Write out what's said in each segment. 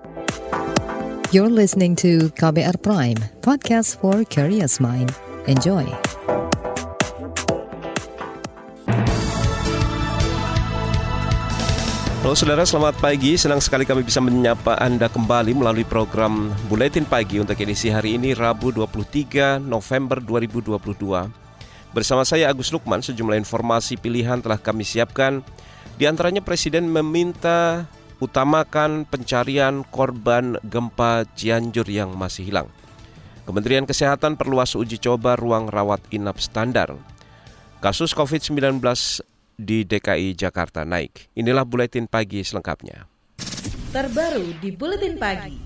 You're listening to KBR Prime, podcast for curious mind. Enjoy. Halo saudara, selamat pagi. Senang sekali kami bisa menyapa Anda kembali melalui program Buletin Pagi untuk edisi hari ini, Rabu 23 November 2022. Bersama saya Agus Lukman, sejumlah informasi pilihan telah kami siapkan. Di antaranya Presiden meminta utamakan pencarian korban gempa Cianjur yang masih hilang. Kementerian Kesehatan perluas uji coba ruang rawat inap standar. Kasus COVID-19 di DKI Jakarta naik. Inilah Buletin Pagi selengkapnya. Terbaru di Buletin Pagi.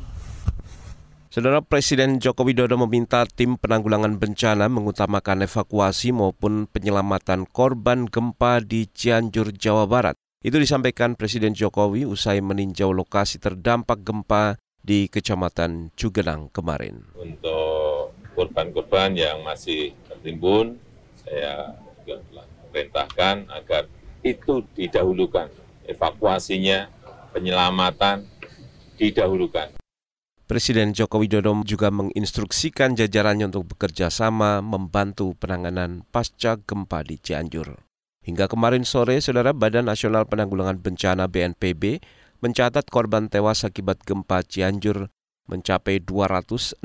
Saudara, Presiden Joko Widodo meminta tim penanggulangan bencana mengutamakan evakuasi maupun penyelamatan korban gempa di Cianjur, Jawa Barat. Itu disampaikan Presiden Jokowi usai meninjau lokasi terdampak gempa di Kecamatan Cugenang kemarin. Untuk korban-korban yang masih tertimbun, saya juga telah perintahkan agar itu didahulukan, evakuasinya, penyelamatan didahulukan. Presiden Joko Widodo juga menginstruksikan jajarannya untuk bekerja sama membantu penanganan pasca gempa di Cianjur. Hingga kemarin sore, Saudara, Badan Nasional Penanggulangan Bencana BNPB mencatat korban tewas akibat gempa Cianjur mencapai 268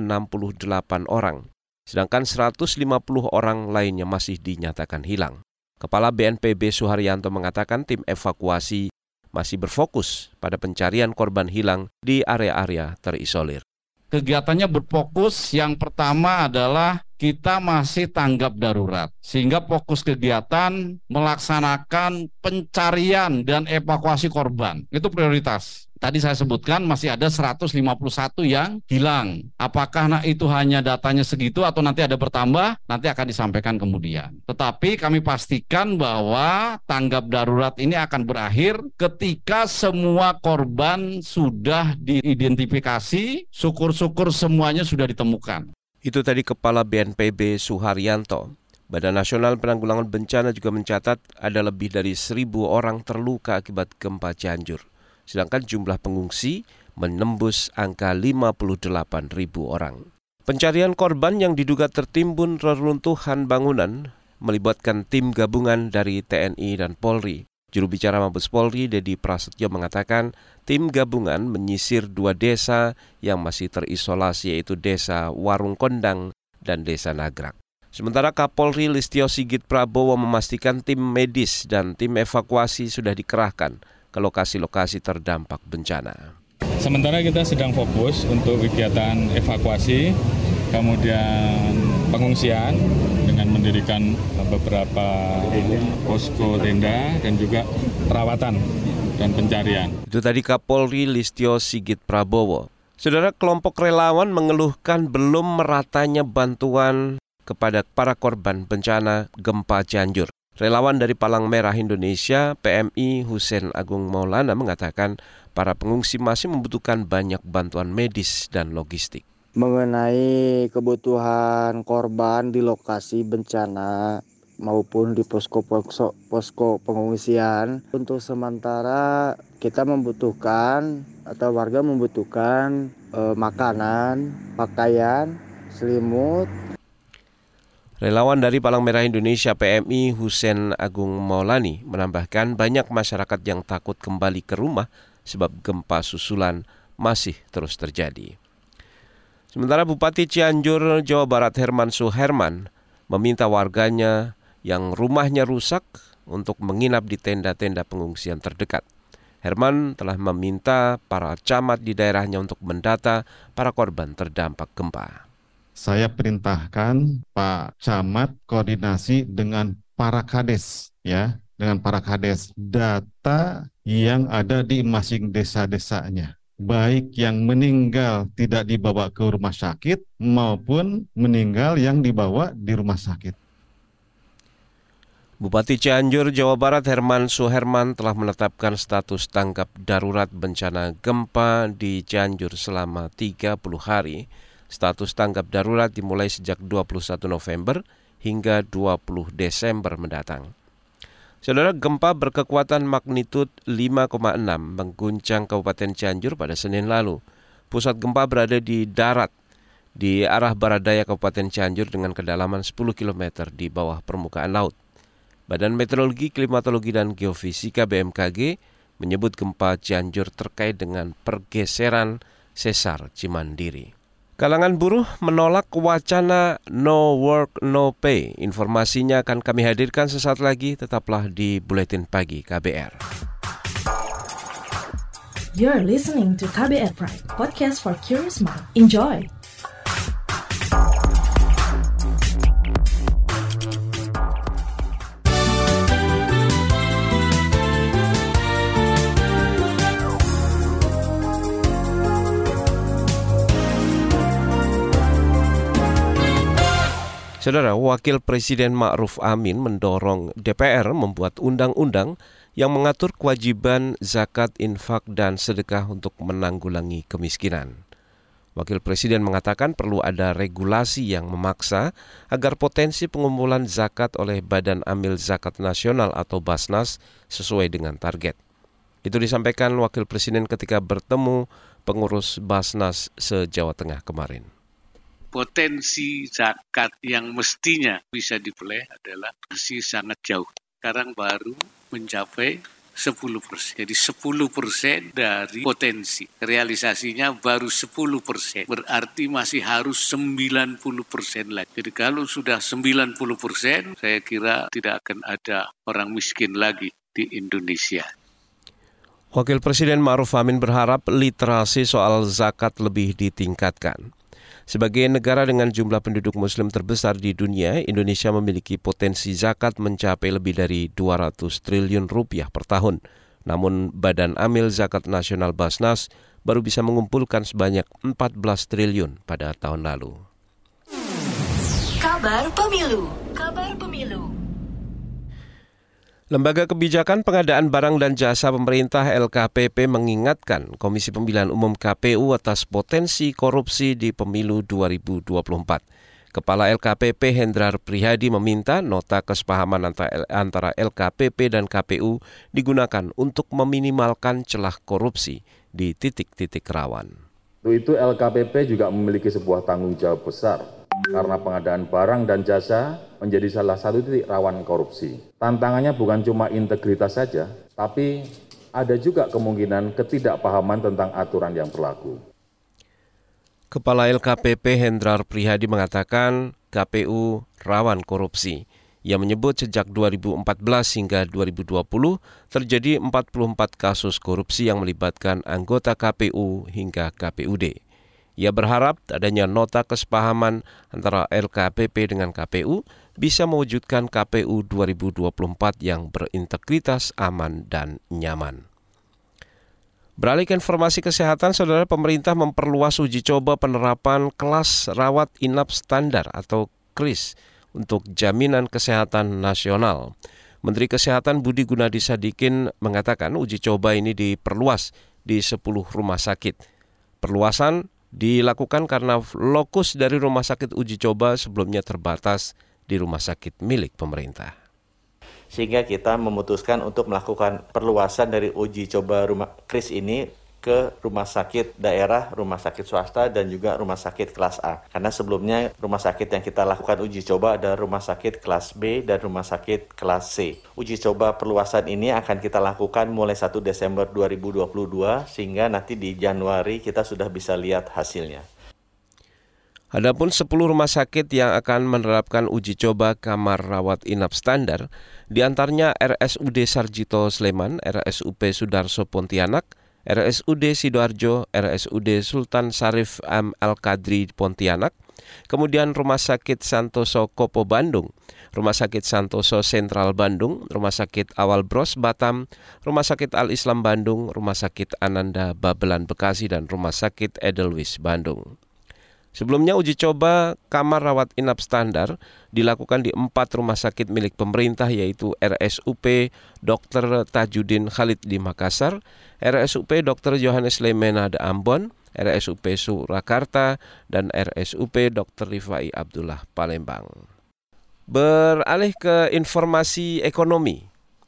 orang, sedangkan 150 orang lainnya masih dinyatakan hilang. Kepala BNPB Suharyanto mengatakan tim evakuasi masih berfokus pada pencarian korban hilang di area-area terisolir. Kegiatannya berfokus, yang pertama adalah kita masih tanggap darurat. Sehingga fokus kegiatan melaksanakan pencarian dan evakuasi korban. Itu prioritas. Tadi saya sebutkan masih ada 151 yang hilang. Apakah itu hanya datanya segitu atau nanti ada bertambah? Nanti akan disampaikan kemudian. Tetapi kami pastikan bahwa tanggap darurat ini akan berakhir ketika semua korban sudah diidentifikasi, syukur-syukur semuanya sudah ditemukan. Itu tadi Kepala BNPB Suharyanto. Badan Nasional Penanggulangan Bencana juga mencatat ada lebih dari 1.000 orang terluka akibat gempa Cianjur. Sedangkan jumlah pengungsi menembus angka 58.000 orang. Pencarian korban yang diduga tertimbun reruntuhan bangunan melibatkan tim gabungan dari TNI dan Polri. Juru bicara Mabes Polri, Dedi Prasetyo, mengatakan tim gabungan menyisir 2 desa yang masih terisolasi, yaitu Desa Warung Kondang dan Desa Nagrak. Sementara Kapolri Listio Sigit Prabowo memastikan tim medis dan tim evakuasi sudah dikerahkan ke lokasi-lokasi terdampak bencana. Sementara kita sedang fokus untuk kegiatan evakuasi, kemudian pengungsian dengan mendirikan beberapa posko tenda dan juga perawatan dan pencarian. Itu tadi Kapolri Listio Sigit Prabowo. Saudara, kelompok relawan mengeluhkan belum meratanya bantuan kepada para korban bencana gempa Cianjur. Relawan dari Palang Merah Indonesia, PMI Hussein Agung Maulana, mengatakan para pengungsi masih membutuhkan banyak bantuan medis dan logistik. Mengenai kebutuhan korban di lokasi bencana maupun di posko pengungsian, untuk sementara kita membutuhkan atau warga membutuhkan makanan, pakaian, selimut. Relawan dari Palang Merah Indonesia PMI Hussein Agung Maulani menambahkan banyak masyarakat yang takut kembali ke rumah sebab gempa susulan masih terus terjadi. Sementara Bupati Cianjur, Jawa Barat Herman Suherman meminta warganya yang rumahnya rusak untuk menginap di tenda-tenda pengungsian terdekat. Herman telah meminta para camat di daerahnya untuk mendata para korban terdampak gempa. Saya perintahkan Pak Camat koordinasi dengan para kades, dengan para kades, data yang ada di masing desa-desanya, baik yang meninggal tidak dibawa ke rumah sakit maupun meninggal yang dibawa di rumah sakit. Bupati Cianjur, Jawa Barat Herman Suherman telah menetapkan status tanggap darurat bencana gempa di Cianjur selama 30 hari. Status tanggap darurat dimulai sejak 21 November hingga 20 Desember mendatang. Saudara, gempa berkekuatan magnitud 5,6 mengguncang Kabupaten Cianjur pada Senin lalu. Pusat gempa berada di darat di arah barat daya Kabupaten Cianjur dengan kedalaman 10 km di bawah permukaan laut. Badan Meteorologi, Klimatologi, dan Geofisika BMKG menyebut gempa Cianjur terkait dengan pergeseran sesar Cimandiri. Kalangan buruh menolak wacana no work no pay. Informasinya akan kami hadirkan sesaat lagi, tetaplah di Buletin Pagi KBR. You're listening to KBR Prime, podcast for curious mind. Enjoy! Saudara, Wakil Presiden Ma'ruf Amin mendorong DPR membuat undang-undang yang mengatur kewajiban zakat, infak, dan sedekah untuk menanggulangi kemiskinan. Wakil Presiden mengatakan perlu ada regulasi yang memaksa agar potensi pengumpulan zakat oleh Badan Amil Zakat Nasional atau Basnas sesuai dengan target. Itu disampaikan Wakil Presiden ketika bertemu pengurus Basnas se-Jawa Tengah kemarin. Potensi zakat yang mestinya bisa diperoleh adalah masih sangat jauh. Sekarang baru mencapai 10%. Jadi 10% dari potensi. Realisasinya baru 10%. Berarti masih harus 90% lagi. Jadi kalau sudah 90%, saya kira tidak akan ada orang miskin lagi di Indonesia. Wakil Presiden Ma'ruf Amin berharap literasi soal zakat lebih ditingkatkan. Sebagai negara dengan jumlah penduduk muslim terbesar di dunia, Indonesia memiliki potensi zakat mencapai lebih dari 200 triliun rupiah per tahun. Namun Badan Amil Zakat Nasional Basnas baru bisa mengumpulkan sebanyak 14 triliun pada tahun lalu. Kabar Pemilu. Kabar Pemilu. Lembaga Kebijakan Pengadaan Barang dan Jasa Pemerintah LKPP mengingatkan Komisi Pemilihan Umum KPU atas potensi korupsi di pemilu 2024. Kepala LKPP Hendrar Prihadi meminta nota kesepahaman antara LKPP dan KPU digunakan untuk meminimalkan celah korupsi di titik-titik rawan. Untuk itu LKPP juga memiliki sebuah tanggung jawab besar karena pengadaan barang dan jasa menjadi salah satu titik rawan korupsi. Tantangannya bukan cuma integritas saja, tapi ada juga kemungkinan ketidakpahaman tentang aturan yang berlaku. Kepala LKPP Hendrar Prihadi mengatakan KPU rawan korupsi. Ia menyebut sejak 2014 hingga 2020 terjadi 44 kasus korupsi yang melibatkan anggota KPU hingga KPUD. Ia berharap adanya nota kesepahaman antara LKPP dengan KPU bisa mewujudkan KPU 2024 yang berintegritas, aman, dan nyaman. Beralih ke informasi kesehatan, saudara, pemerintah memperluas uji coba penerapan kelas rawat inap standar atau KRIS untuk jaminan kesehatan nasional. Menteri Kesehatan Budi Gunadi Sadikin mengatakan uji coba ini diperluas di 10 rumah sakit. Perluasan dilakukan karena lokus dari rumah sakit uji coba sebelumnya terbatas di rumah sakit milik pemerintah. Sehingga kita memutuskan untuk melakukan perluasan dari uji coba rumah KRIS ini ke rumah sakit daerah, rumah sakit swasta, dan juga rumah sakit kelas A. Karena sebelumnya rumah sakit yang kita lakukan uji coba adalah rumah sakit kelas B dan rumah sakit kelas C. Uji coba perluasan ini akan kita lakukan mulai 1 Desember 2022, sehingga nanti di Januari kita sudah bisa lihat hasilnya. Adapun 10 rumah sakit yang akan menerapkan uji coba kamar rawat inap standar, diantaranya RSUD Sarjito Sleman, RSUP Sudarso Pontianak, RSUD Sidoarjo, RSUD Sultan Syarif Al-Qadri Pontianak, kemudian Rumah Sakit Santoso Kopo Bandung, Rumah Sakit Santoso Sentral Bandung, Rumah Sakit Awal Bros Batam, Rumah Sakit Al-Islam Bandung, Rumah Sakit Ananda Babelan Bekasi, dan Rumah Sakit Edelweiss Bandung. Sebelumnya uji coba kamar rawat inap standar dilakukan di 4 rumah sakit milik pemerintah, yaitu RSUP Dr. Tajudin Khalid di Makassar, RSUP Dr. Johannes Lemena di Ambon, RSUP Surakarta, dan RSUP Dr. Rifai Abdullah Palembang. Beralih ke informasi ekonomi.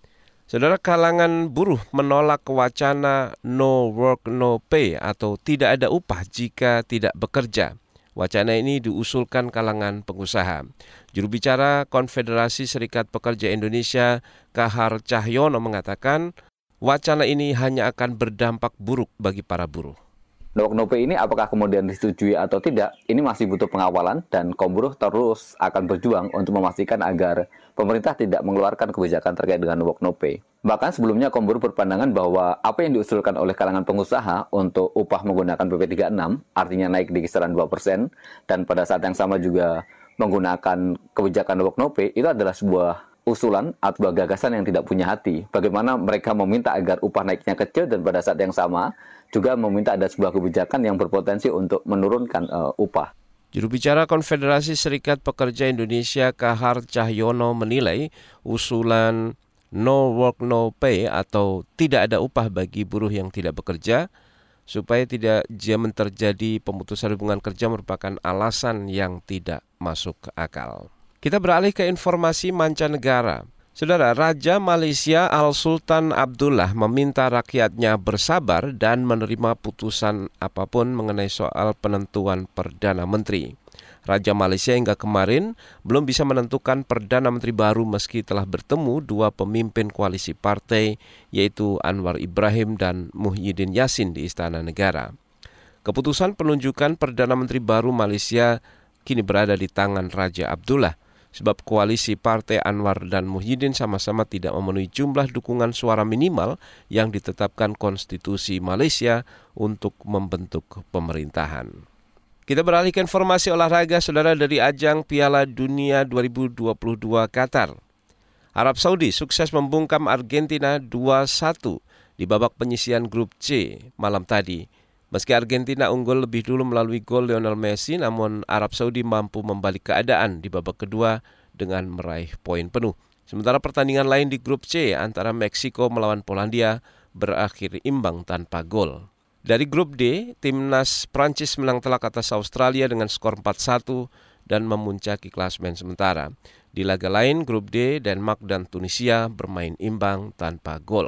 Saudara, kalangan buruh menolak wacana no work no pay atau tidak ada upah jika tidak bekerja. Wacana ini diusulkan kalangan pengusaha. Juru bicara Konfederasi Serikat Pekerja Indonesia, Kahar Cahyono, mengatakan wacana ini hanya akan berdampak buruk bagi para buruh. No work no pay ini apakah kemudian disetujui atau tidak, ini masih butuh pengawalan dan kaum buruh terus akan berjuang untuk memastikan agar pemerintah tidak mengeluarkan kebijakan terkait dengan no work no pay. Bahkan sebelumnya kaum buruh berpandangan bahwa apa yang diusulkan oleh kalangan pengusaha untuk upah menggunakan PP 36, artinya naik di kisaran 2%, dan pada saat yang sama juga menggunakan kebijakan no work no pay, itu adalah sebuah usulan atau gagasan yang tidak punya hati. Bagaimana mereka meminta agar upah naiknya kecil dan pada saat yang sama juga meminta ada sebuah kebijakan yang berpotensi untuk menurunkan upah. Juru bicara Konfederasi Serikat Pekerja Indonesia, Kahar Cahyono, menilai usulan no work no pay atau tidak ada upah bagi buruh yang tidak bekerja supaya tidak terjadi pemutusan hubungan kerja merupakan alasan yang tidak masuk akal. Kita beralih ke informasi mancanegara. Saudara, Raja Malaysia Al-Sultan Abdullah meminta rakyatnya bersabar dan menerima putusan apapun mengenai soal penentuan Perdana Menteri. Raja Malaysia hingga kemarin belum bisa menentukan Perdana Menteri baru meski telah bertemu dua pemimpin koalisi partai, yaitu Anwar Ibrahim dan Muhyiddin Yassin di Istana Negara. Keputusan penunjukan Perdana Menteri baru Malaysia kini berada di tangan Raja Abdullah, sebab koalisi partai Anwar dan Muhyiddin sama-sama tidak memenuhi jumlah dukungan suara minimal yang ditetapkan konstitusi Malaysia untuk membentuk pemerintahan. Kita beralih ke informasi olahraga, saudara, dari ajang Piala Dunia 2022 Qatar. Arab Saudi sukses membungkam Argentina 2-1 di babak penyisihan grup C malam tadi. Meski Argentina unggul lebih dulu melalui gol Lionel Messi, namun Arab Saudi mampu membalik keadaan di babak kedua dengan meraih poin penuh. Sementara pertandingan lain di grup C antara Meksiko melawan Polandia berakhir imbang tanpa gol. Dari grup D, timnas Prancis menang telak atas Australia dengan skor 4-1 dan memuncaki klasemen sementara. Di laga lain, grup D, Denmark dan Tunisia bermain imbang tanpa gol.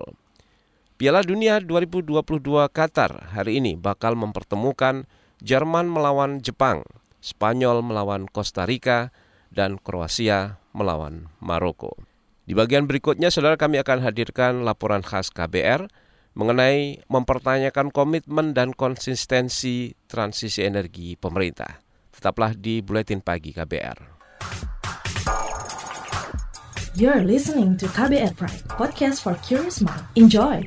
Piala Dunia 2022 Qatar hari ini bakal mempertemukan Jerman melawan Jepang, Spanyol melawan Costa Rica, dan Kroasia melawan Maroko. Di bagian berikutnya, saudara, kami akan hadirkan laporan khas KBR mengenai mempertanyakan komitmen dan konsistensi transisi energi pemerintah. Tetaplah di Buletin Pagi KBR. You're listening to KBR Prime, podcast for curious mind. Enjoy!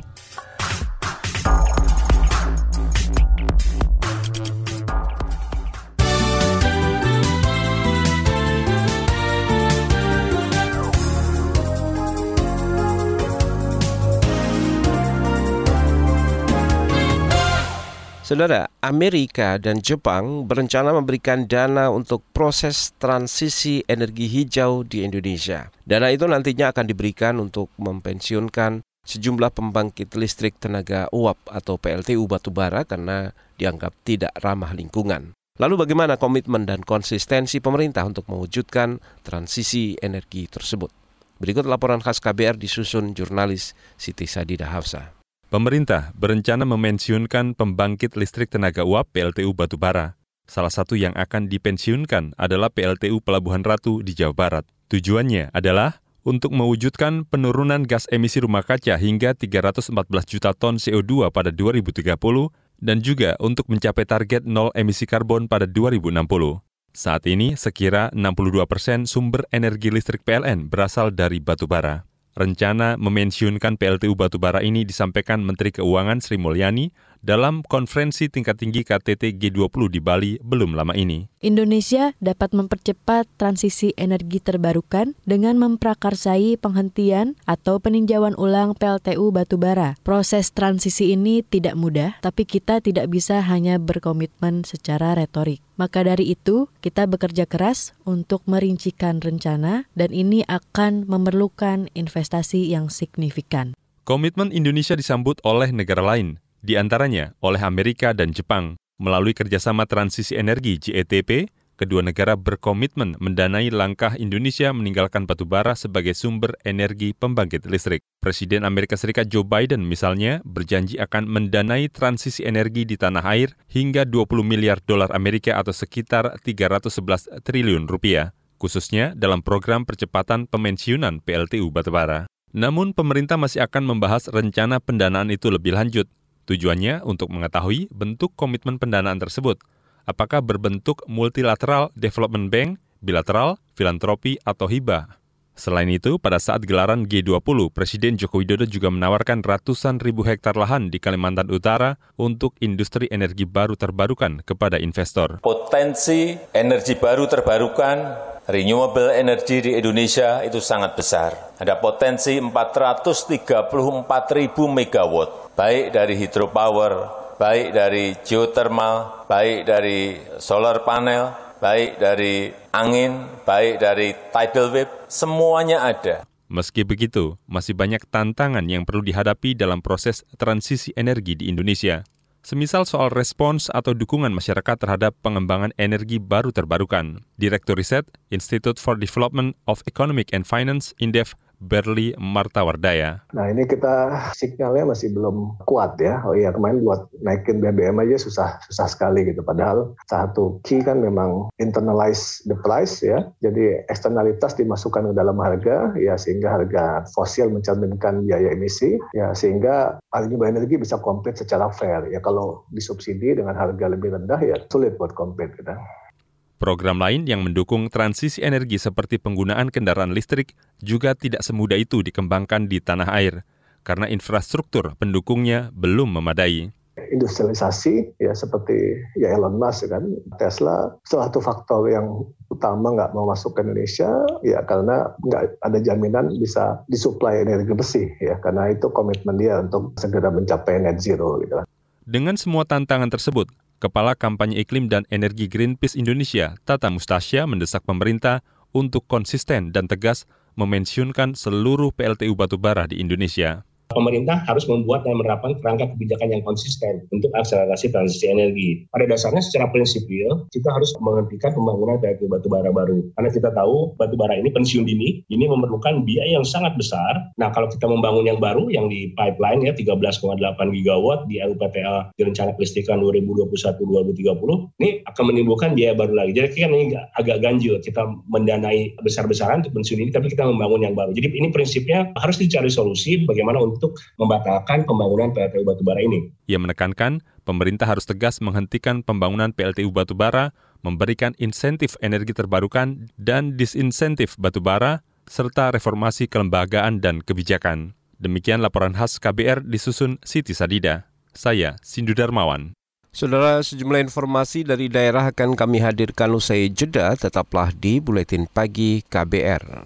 Saudara, Amerika dan Jepang berencana memberikan dana untuk proses transisi energi hijau di Indonesia. Dana itu nantinya akan diberikan untuk mempensiunkan sejumlah pembangkit listrik tenaga uap atau PLTU batubara karena dianggap tidak ramah lingkungan. Lalu bagaimana komitmen dan konsistensi pemerintah untuk mewujudkan transisi energi tersebut? Berikut laporan khas KBR disusun jurnalis Siti Sadida Hafsah. Pemerintah berencana memensiunkan pembangkit listrik tenaga uap PLTU batubara. Salah satu yang akan dipensiunkan adalah PLTU Pelabuhan Ratu di Jawa Barat. Tujuannya adalah untuk mewujudkan penurunan gas emisi rumah kaca hingga 314 juta ton CO2 pada 2030 dan juga untuk mencapai target nol emisi karbon pada 2060. Saat ini, sekira 62% sumber energi listrik PLN berasal dari batubara. Rencana memensiunkan PLTU batubara ini disampaikan Menteri Keuangan Sri Mulyani dalam konferensi tingkat tinggi KTT G20 di Bali belum lama ini. Indonesia dapat mempercepat transisi energi terbarukan dengan memprakarsai penghentian atau peninjauan ulang PLTU batubara. Proses transisi ini tidak mudah, tapi kita tidak bisa hanya berkomitmen secara retorik. Maka dari itu, kita bekerja keras untuk merincikan rencana dan ini akan memerlukan investasi yang signifikan. Komitmen Indonesia disambut oleh negara lain, di antaranya oleh Amerika dan Jepang. Melalui kerjasama transisi energi GETP, kedua negara berkomitmen mendanai langkah Indonesia meninggalkan batubara sebagai sumber energi pembangkit listrik. Presiden Amerika Serikat Joe Biden misalnya berjanji akan mendanai transisi energi di tanah air hingga 20 miliar dolar Amerika atau sekitar 311 triliun rupiah, khususnya dalam program percepatan pemensiunan PLTU batubara. Namun pemerintah masih akan membahas rencana pendanaan itu lebih lanjut. Tujuannya untuk mengetahui bentuk komitmen pendanaan tersebut. Apakah berbentuk multilateral development bank, bilateral, filantropi, atau hibah? Selain itu, pada saat gelaran G20, Presiden Joko Widodo juga menawarkan ratusan ribu hektar lahan di Kalimantan Utara untuk industri energi baru terbarukan kepada investor. Potensi energi baru terbarukan, renewable energy di Indonesia itu sangat besar. Ada potensi 434.000 megawatt, baik dari hydropower, baik dari geothermal, baik dari solar panel, baik dari angin, baik dari tidal wave, semuanya ada. Meski begitu, masih banyak tantangan yang perlu dihadapi dalam proses transisi energi di Indonesia. Semisal soal respons atau dukungan masyarakat terhadap pengembangan energi baru terbarukan. Direktur Riset Institute for Development of Economic and Finance, INDEF, Berli Martawardaya. Nah ini kita signalnya masih belum kuat ya. Oh iya kemarin buat naikin BBM aja susah sekali gitu. Padahal satu key kan memang internalize the price ya. Jadi eksternalitas dimasukkan ke dalam harga ya sehingga harga fosil mencerminkan biaya emisi ya sehingga renewable energi bisa compete secara fair ya. Kalau disubsidi dengan harga lebih rendah ya sulit buat compete gitu. Program lain yang mendukung transisi energi seperti penggunaan kendaraan listrik juga tidak semudah itu dikembangkan di tanah air, karena infrastruktur pendukungnya belum memadai. Industrialisasi ya seperti ya Elon Musk kan, Tesla, salah satu faktor yang utama nggak mau masuk ke Indonesia ya karena nggak ada jaminan bisa disuplai energi bersih ya, karena itu komitmen dia untuk segera mencapai net zero gitu. Dengan semua tantangan tersebut, Kepala Kampanye Iklim dan Energi Greenpeace Indonesia, Tata Mustasya, mendesak pemerintah untuk konsisten dan tegas memensiunkan seluruh PLTU batubara di Indonesia. Pemerintah harus membuat dan menerapkan kerangka kebijakan yang konsisten untuk akselerasi transisi energi. Pada dasarnya secara prinsipil, kita harus menghentikan pembangunan PLTU batubara baru. Karena kita tahu batubara ini pensiun dini, ini memerlukan biaya yang sangat besar. Nah kalau kita membangun yang baru, yang di pipeline ya 13,8 gigawatt di RUPTL di rencana kelistrikan 2021-2030, ini akan menimbulkan biaya baru lagi. Jadi kan ini agak ganjil, kita mendanai besar-besaran untuk pensiun ini, tapi kita membangun yang baru. Jadi ini prinsipnya harus dicari solusi bagaimana untuk membatalkan pembangunan PLTU batubara ini. Ia menekankan pemerintah harus tegas menghentikan pembangunan PLTU batubara, memberikan insentif energi terbarukan dan disinsentif batubara, serta reformasi kelembagaan dan kebijakan. Demikian laporan khas KBR disusun Siti Sadida. Saya Sindu Darmawan. Saudara, sejumlah informasi dari daerah akan kami hadirkan usai jeda. Tetaplah di Buletin Pagi KBR.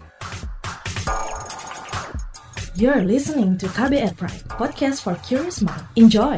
You're listening to KBR Pride, podcast for curious mind. Enjoy!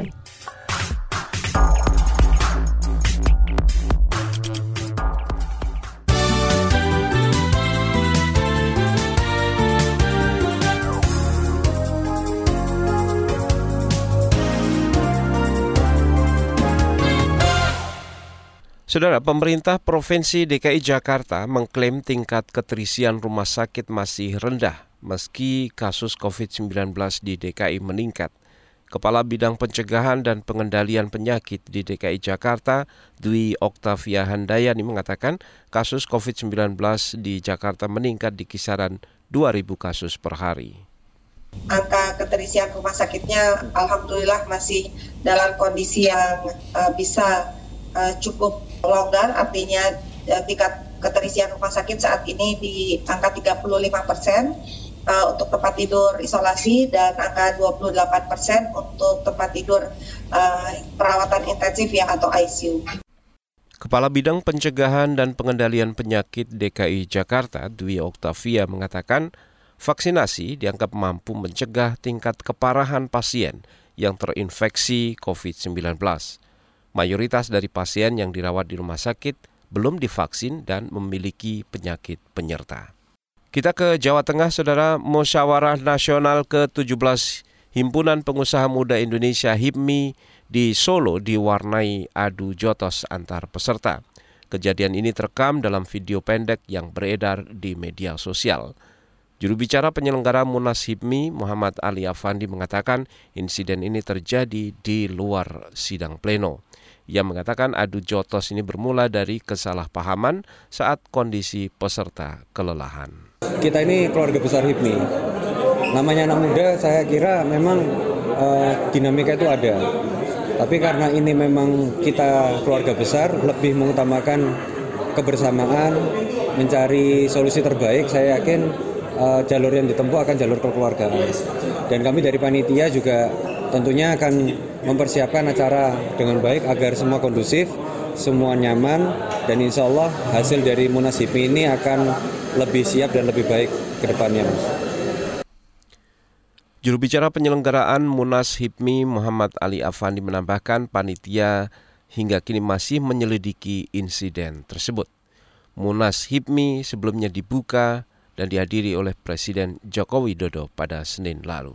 Saudara, pemerintah Provinsi DKI Jakarta mengklaim tingkat keterisian rumah sakit masih rendah meski kasus COVID-19 di DKI meningkat. Kepala Bidang Pencegahan dan Pengendalian Penyakit di DKI Jakarta, Dwi Oktavia Handayani mengatakan kasus COVID-19 di Jakarta meningkat di kisaran 2.000 kasus per hari. Angka keterisian rumah sakitnya alhamdulillah masih dalam kondisi yang bisa cukup longgar, artinya tingkat keterisian rumah sakit saat ini di angka 35% untuk tempat tidur isolasi dan angka 28% untuk tempat tidur perawatan intensif ya atau ICU. Kepala Bidang Pencegahan dan Pengendalian Penyakit DKI Jakarta, Dwi Oktavia mengatakan vaksinasi dianggap mampu mencegah tingkat keparahan pasien yang terinfeksi COVID-19. Mayoritas dari pasien yang dirawat di rumah sakit belum divaksin dan memiliki penyakit penyerta. Kita ke Jawa Tengah, Saudara. Musyawarah Nasional ke-17 Himpunan Pengusaha Muda Indonesia HIPMI di Solo diwarnai adu jotos antar peserta. Kejadian ini terekam dalam video pendek yang beredar di media sosial. Juru bicara penyelenggara Munas HIPMI, Muhammad Ali Afandi, mengatakan insiden ini terjadi di luar sidang pleno. Ia mengatakan adu jotos ini bermula dari kesalahpahaman saat kondisi peserta kelelahan. Kita ini keluarga besar HIPMI. Namanya anak muda, saya kira memang dinamika itu ada. Tapi karena ini memang kita keluarga besar, lebih mengutamakan kebersamaan, mencari solusi terbaik, saya yakin jalur yang ditempuh akan jalur kekeluargaan. Dan kami dari panitia juga tentunya akan mempersiapkan acara dengan baik agar semua kondusif, semua nyaman, dan insya Allah hasil dari Munas HIPMI ini akan lebih siap dan lebih baik ke depannya. Juru bicara penyelenggaraan Munas HIPMI, Muhammad Ali Afandi, menambahkan panitia hingga kini masih menyelidiki insiden tersebut. Munas HIPMI sebelumnya dibuka dan dihadiri oleh Presiden Joko Widodo pada Senin lalu.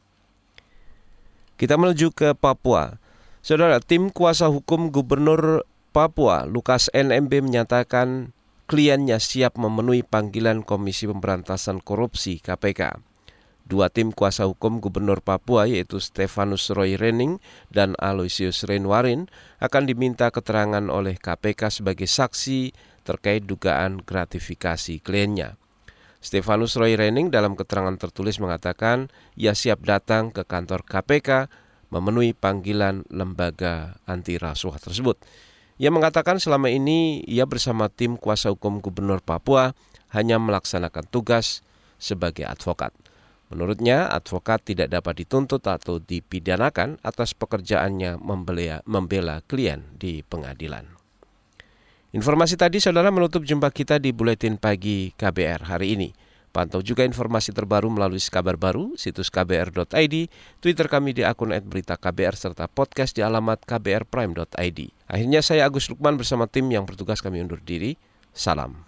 Kita menuju ke Papua. Saudara, tim kuasa hukum Gubernur Papua, Lukas NMB, menyatakan kliennya siap memenuhi panggilan Komisi Pemberantasan Korupsi (KPK). Dua tim kuasa hukum Gubernur Papua, yaitu Stefanus Roy Rening dan Aloysius Renwarin, akan diminta keterangan oleh KPK sebagai saksi terkait dugaan gratifikasi kliennya. Stefanus Roy Rening dalam keterangan tertulis mengatakan ia siap datang ke kantor KPK memenuhi panggilan lembaga anti rasuah tersebut. Ia mengatakan selama ini ia bersama tim kuasa hukum Gubernur Papua hanya melaksanakan tugas sebagai advokat. Menurutnya, advokat tidak dapat dituntut atau dipidanakan atas pekerjaannya membela klien di pengadilan. Informasi tadi, saudara, menutup jumpa kita di Buletin Pagi KBR hari ini. Pantau juga informasi terbaru melalui Kabar Baru, situs kbr.id, Twitter kami di akun @beritaKBR, serta podcast di alamat kbrprime.id. Akhirnya saya Agus Lukman bersama tim yang bertugas kami undur diri. Salam.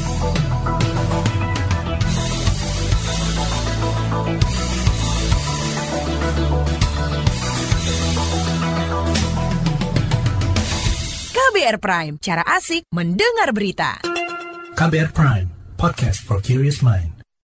KBR Prime, cara asik mendengar berita. KBR Prime, podcast for curious mind.